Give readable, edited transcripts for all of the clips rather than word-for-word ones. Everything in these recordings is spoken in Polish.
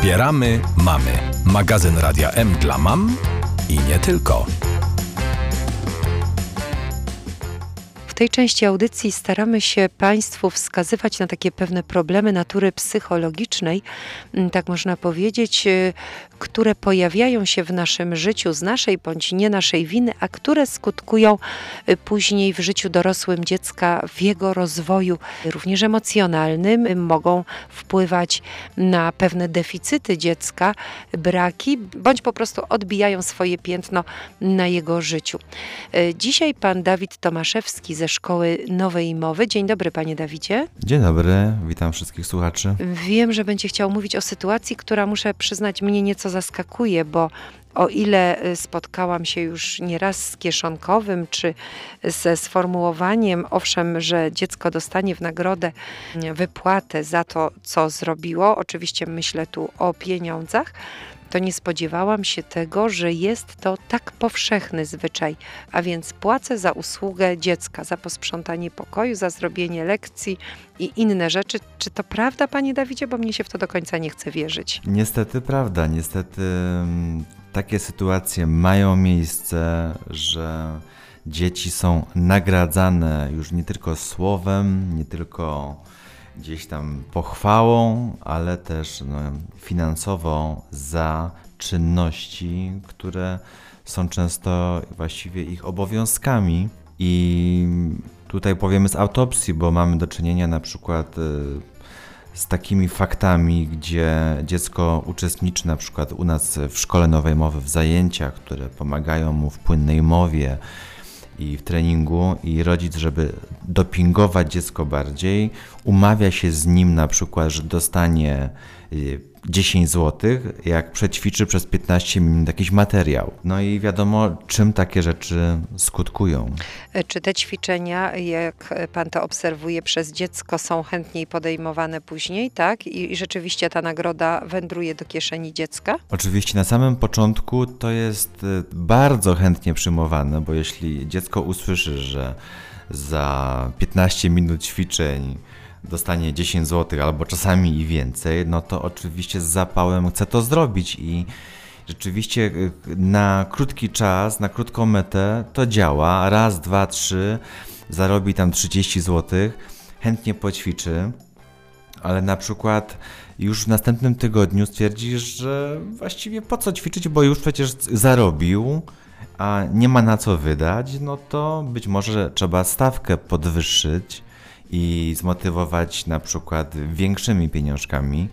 Wspieramy mamy. Magazyn Radia M dla mam i nie tylko. W tej części audycji staramy się Państwu wskazywać na takie pewne problemy natury psychologicznej, tak można powiedzieć, które pojawiają się w naszym życiu z naszej bądź nie naszej winy, a które skutkują później w życiu dorosłym dziecka, w jego rozwoju, również emocjonalnym, mogą wpływać na pewne deficyty dziecka, braki, bądź po prostu odbijają swoje piętno na jego życiu. Dzisiaj pan Dawid Tomaszewski ze Szkoły Nowej Mowy. Dzień dobry, panie Dawidzie. Dzień dobry, witam wszystkich słuchaczy. Wiem, że będzie chciał mówić o sytuacji, która, muszę przyznać, mnie nieco zaskakuje, bo o ile spotkałam się już nieraz z kieszonkowym, czy ze sformułowaniem, owszem, że dziecko dostanie w nagrodę wypłatę za to, co zrobiło, oczywiście myślę tu o pieniądzach, to nie spodziewałam się tego, że jest to tak powszechny zwyczaj, a więc płacę za usługę dziecka, za posprzątanie pokoju, za zrobienie lekcji i inne rzeczy. Czy to prawda, panie Dawidzie? Bo mnie się w to do końca nie chce wierzyć. Niestety prawda, niestety takie sytuacje mają miejsce, że dzieci są nagradzane już nie tylko słowem, nie tylko gdzieś tam pochwałą, ale też finansowo za czynności, które są często właściwie ich obowiązkami. I tutaj powiemy z autopsji, bo mamy do czynienia na przykład z takimi faktami, gdzie dziecko uczestniczy na przykład u nas w Szkole Nowej Mowy w zajęciach, które pomagają mu w płynnej mowie i w treningu, i rodzic, żeby dopingować dziecko bardziej, umawia się z nim na przykład, że dostanie 10 zł, jak przećwiczy przez 15 minut jakiś materiał. No i wiadomo, czym takie rzeczy skutkują. Czy te ćwiczenia, jak pan to obserwuje, przez dziecko są chętniej podejmowane później, tak? I rzeczywiście ta nagroda wędruje do kieszeni dziecka? Oczywiście na samym początku to jest bardzo chętnie przyjmowane, bo jeśli dziecko usłyszy, że za 15 minut ćwiczeń dostanie 10 zł albo czasami i więcej, no to oczywiście z zapałem chce to zrobić i rzeczywiście na krótki czas, na krótką metę to działa. Raz, dwa, trzy, zarobi tam 30 zł, chętnie poćwiczy, ale na przykład już w następnym tygodniu stwierdzi, że właściwie po co ćwiczyć, bo już przecież zarobił, a nie ma na co wydać, no to być może trzeba stawkę podwyższyć i zmotywować na przykład większymi pieniążkami.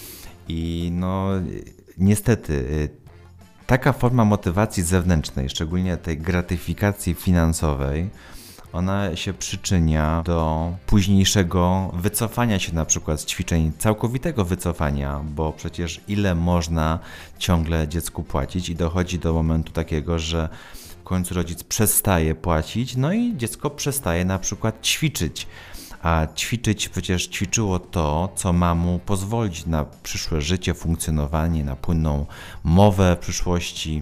I no niestety taka forma motywacji zewnętrznej, szczególnie tej gratyfikacji finansowej, ona się przyczynia do późniejszego wycofania się na przykład z ćwiczeń, całkowitego wycofania, bo przecież ile można ciągle dziecku płacić, i dochodzi do momentu takiego, że w końcu rodzic przestaje płacić, no i dziecko przestaje na przykład ćwiczyć. A ćwiczyć przecież ćwiczyło to, co ma mu pozwolić na przyszłe życie, funkcjonowanie, na płynną mowę w przyszłości.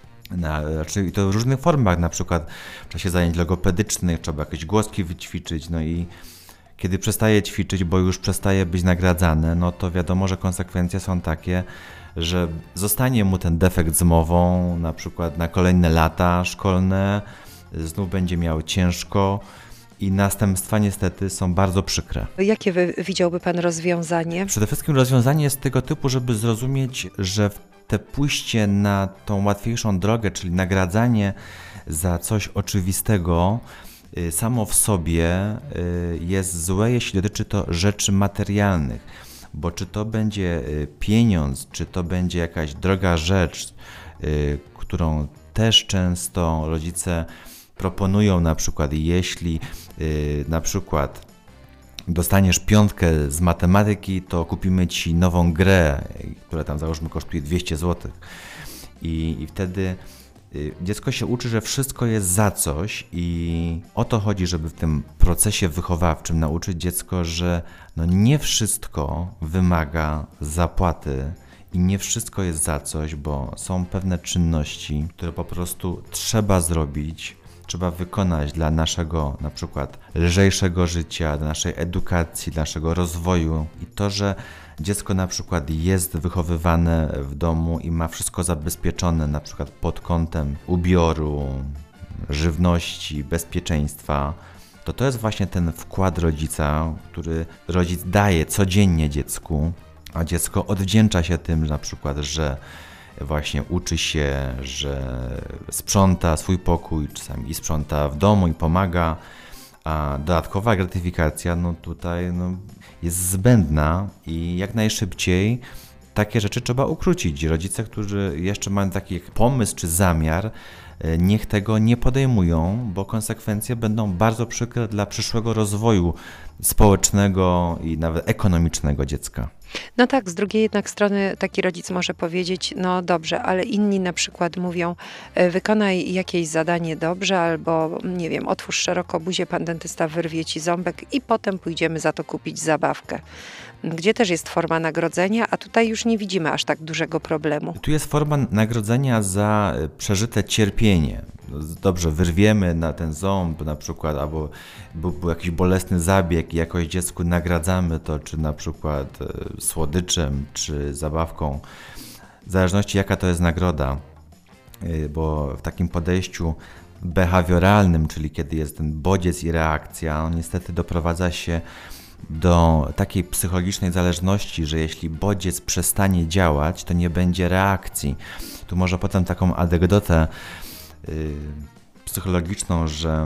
I to w różnych formach, na przykład w czasie zajęć logopedycznych trzeba jakieś głoski wyćwiczyć, no i kiedy przestaje ćwiczyć, bo już przestaje być nagradzane, no to wiadomo, że konsekwencje są takie, że zostanie mu ten defekt z mową, na przykład na kolejne lata szkolne, znów będzie miał ciężko. I następstwa niestety są bardzo przykre. Jakie widziałby pan rozwiązanie? Przede wszystkim rozwiązanie jest tego typu, żeby zrozumieć, że te pójście na tą łatwiejszą drogę, czyli nagradzanie za coś oczywistego, samo w sobie jest złe, jeśli dotyczy to rzeczy materialnych. Bo czy to będzie pieniądz, czy to będzie jakaś droga rzecz, którą też często rodzice proponują, na przykład jeśli na przykład dostaniesz 5 z matematyki, to kupimy ci nową grę, która tam załóżmy kosztuje 200 zł. I wtedy dziecko się uczy, że wszystko jest za coś, i o to chodzi, żeby w tym procesie wychowawczym nauczyć dziecko, że no nie wszystko wymaga zapłaty i nie wszystko jest za coś, bo są pewne czynności, które po prostu trzeba zrobić, trzeba wykonać dla naszego na przykład lżejszego życia, dla naszej edukacji, dla naszego rozwoju. I to, że dziecko na przykład jest wychowywane w domu i ma wszystko zabezpieczone, na przykład pod kątem ubioru, żywności, bezpieczeństwa, to jest właśnie ten wkład rodzica, który rodzic daje codziennie dziecku, a dziecko odwdzięcza się tym na przykład, że właśnie uczy się, że sprząta swój pokój, czasami i sprząta w domu i pomaga, a dodatkowa gratyfikacja tutaj jest zbędna i jak najszybciej takie rzeczy trzeba ukrócić. Rodzice, którzy jeszcze mają taki pomysł czy zamiar, niech tego nie podejmują, bo konsekwencje będą bardzo przykre dla przyszłego rozwoju społecznego i nawet ekonomicznego dziecka. No tak, z drugiej jednak strony taki rodzic może powiedzieć, no dobrze, ale inni na przykład mówią, wykonaj jakieś zadanie dobrze, albo nie wiem, otwórz szeroko buzię, pan dentysta wyrwie ci ząbek i potem pójdziemy za to kupić zabawkę. Gdzie też jest forma nagrodzenia, a tutaj już nie widzimy aż tak dużego problemu. Tu jest forma nagrodzenia za przeżyte cierpienie. Dobrze, wyrwiemy na ten ząb na przykład, albo był jakiś bolesny zabieg i jakoś dziecku nagradzamy to, czy na przykład słodyczem, czy zabawką, w zależności jaka to jest nagroda, bo w takim podejściu behawioralnym, czyli kiedy jest ten bodziec i reakcja, niestety doprowadza się do takiej psychologicznej zależności, że jeśli bodziec przestanie działać, to nie będzie reakcji. Tu może potem taką anegdotę psychologiczną, że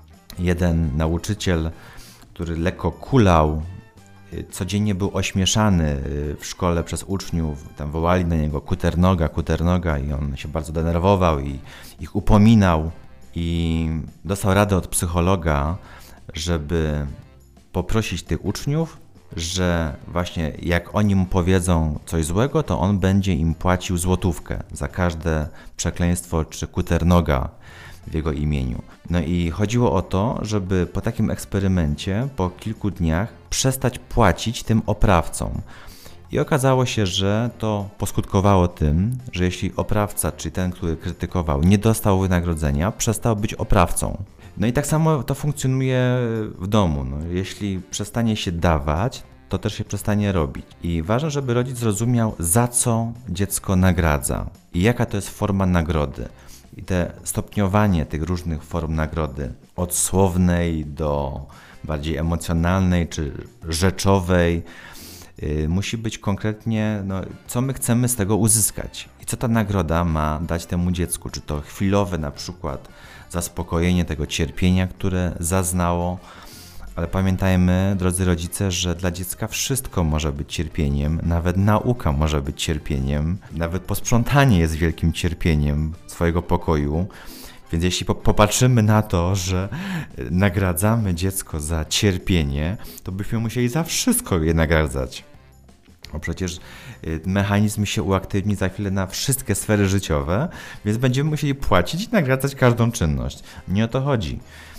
jeden nauczyciel, który lekko kulał, codziennie był ośmieszany w szkole przez uczniów, tam wołali na niego kuternoga i on się bardzo denerwował i ich upominał i dostał radę od psychologa, żeby poprosić tych uczniów, że właśnie jak oni mu powiedzą coś złego, to on będzie im płacił złotówkę za każde przekleństwo czy kuternoga w jego imieniu. No i chodziło o to, żeby po takim eksperymencie, po kilku dniach przestać płacić tym oprawcom. I okazało się, że to poskutkowało tym, że jeśli oprawca, czyli ten, który krytykował, nie dostał wynagrodzenia, przestał być oprawcą. No i tak samo to funkcjonuje w domu. Jeśli przestanie się dawać, to też się przestanie robić. I ważne, żeby rodzic zrozumiał, za co dziecko nagradza i jaka to jest forma nagrody. I te stopniowanie tych różnych form nagrody, od słownej do bardziej emocjonalnej czy rzeczowej, musi być konkretnie, co my chcemy z tego uzyskać i co ta nagroda ma dać temu dziecku. Czy to chwilowe na przykład zaspokojenie tego cierpienia, które zaznało, ale pamiętajmy, drodzy rodzice, że dla dziecka wszystko może być cierpieniem, nawet nauka może być cierpieniem, nawet posprzątanie jest wielkim cierpieniem swojego pokoju. Więc jeśli popatrzymy na to, że nagradzamy dziecko za cierpienie, to byśmy musieli za wszystko je nagradzać. Bo przecież mechanizm się uaktywni za chwilę na wszystkie sfery życiowe, więc będziemy musieli płacić i nagradzać każdą czynność. Nie o to chodzi.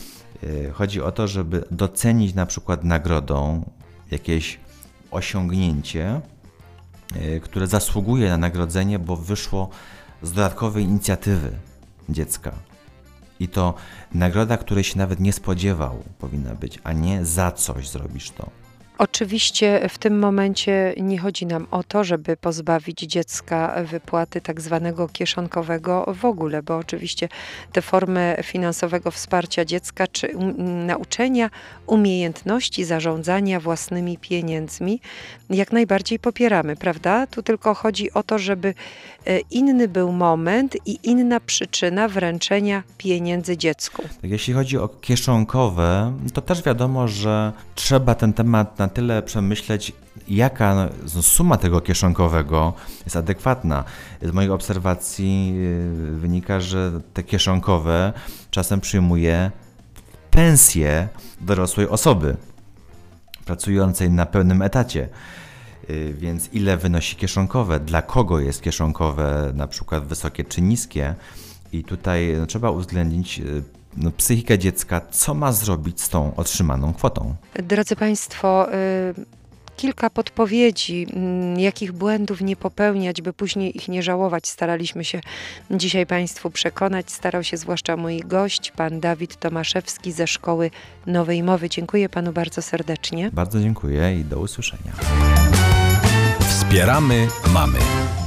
Chodzi o to, żeby docenić na przykład nagrodą jakieś osiągnięcie, które zasługuje na nagrodzenie, bo wyszło z dodatkowej inicjatywy dziecka. I to nagroda, której się nawet nie spodziewał, powinna być, a nie za coś zrobisz to. Oczywiście w tym momencie nie chodzi nam o to, żeby pozbawić dziecka wypłaty tak zwanego kieszonkowego w ogóle, bo oczywiście te formy finansowego wsparcia dziecka czy nauczenia umiejętności zarządzania własnymi pieniędzmi jak najbardziej popieramy, prawda? Tu tylko chodzi o to, żeby inny był moment i inna przyczyna wręczenia pieniędzy dziecku. Jeśli chodzi o kieszonkowe, to też wiadomo, że trzeba ten temat na tyle przemyśleć, jaka suma tego kieszonkowego jest adekwatna. Z moich obserwacji wynika, że te kieszonkowe czasem przyjmuje pensję dorosłej osoby pracującej na pełnym etacie. Więc ile wynosi kieszonkowe, dla kogo jest kieszonkowe, na przykład wysokie czy niskie. I tutaj trzeba uwzględnić psychikę dziecka, co ma zrobić z tą otrzymaną kwotą. Drodzy Państwo, kilka podpowiedzi, jakich błędów nie popełniać, by później ich nie żałować. Staraliśmy się dzisiaj Państwu przekonać. Starał się zwłaszcza mój gość, pan Dawid Tomaszewski ze Szkoły Nowej Mowy. Dziękuję Panu bardzo serdecznie. Bardzo dziękuję i do usłyszenia. Wspieramy mamy.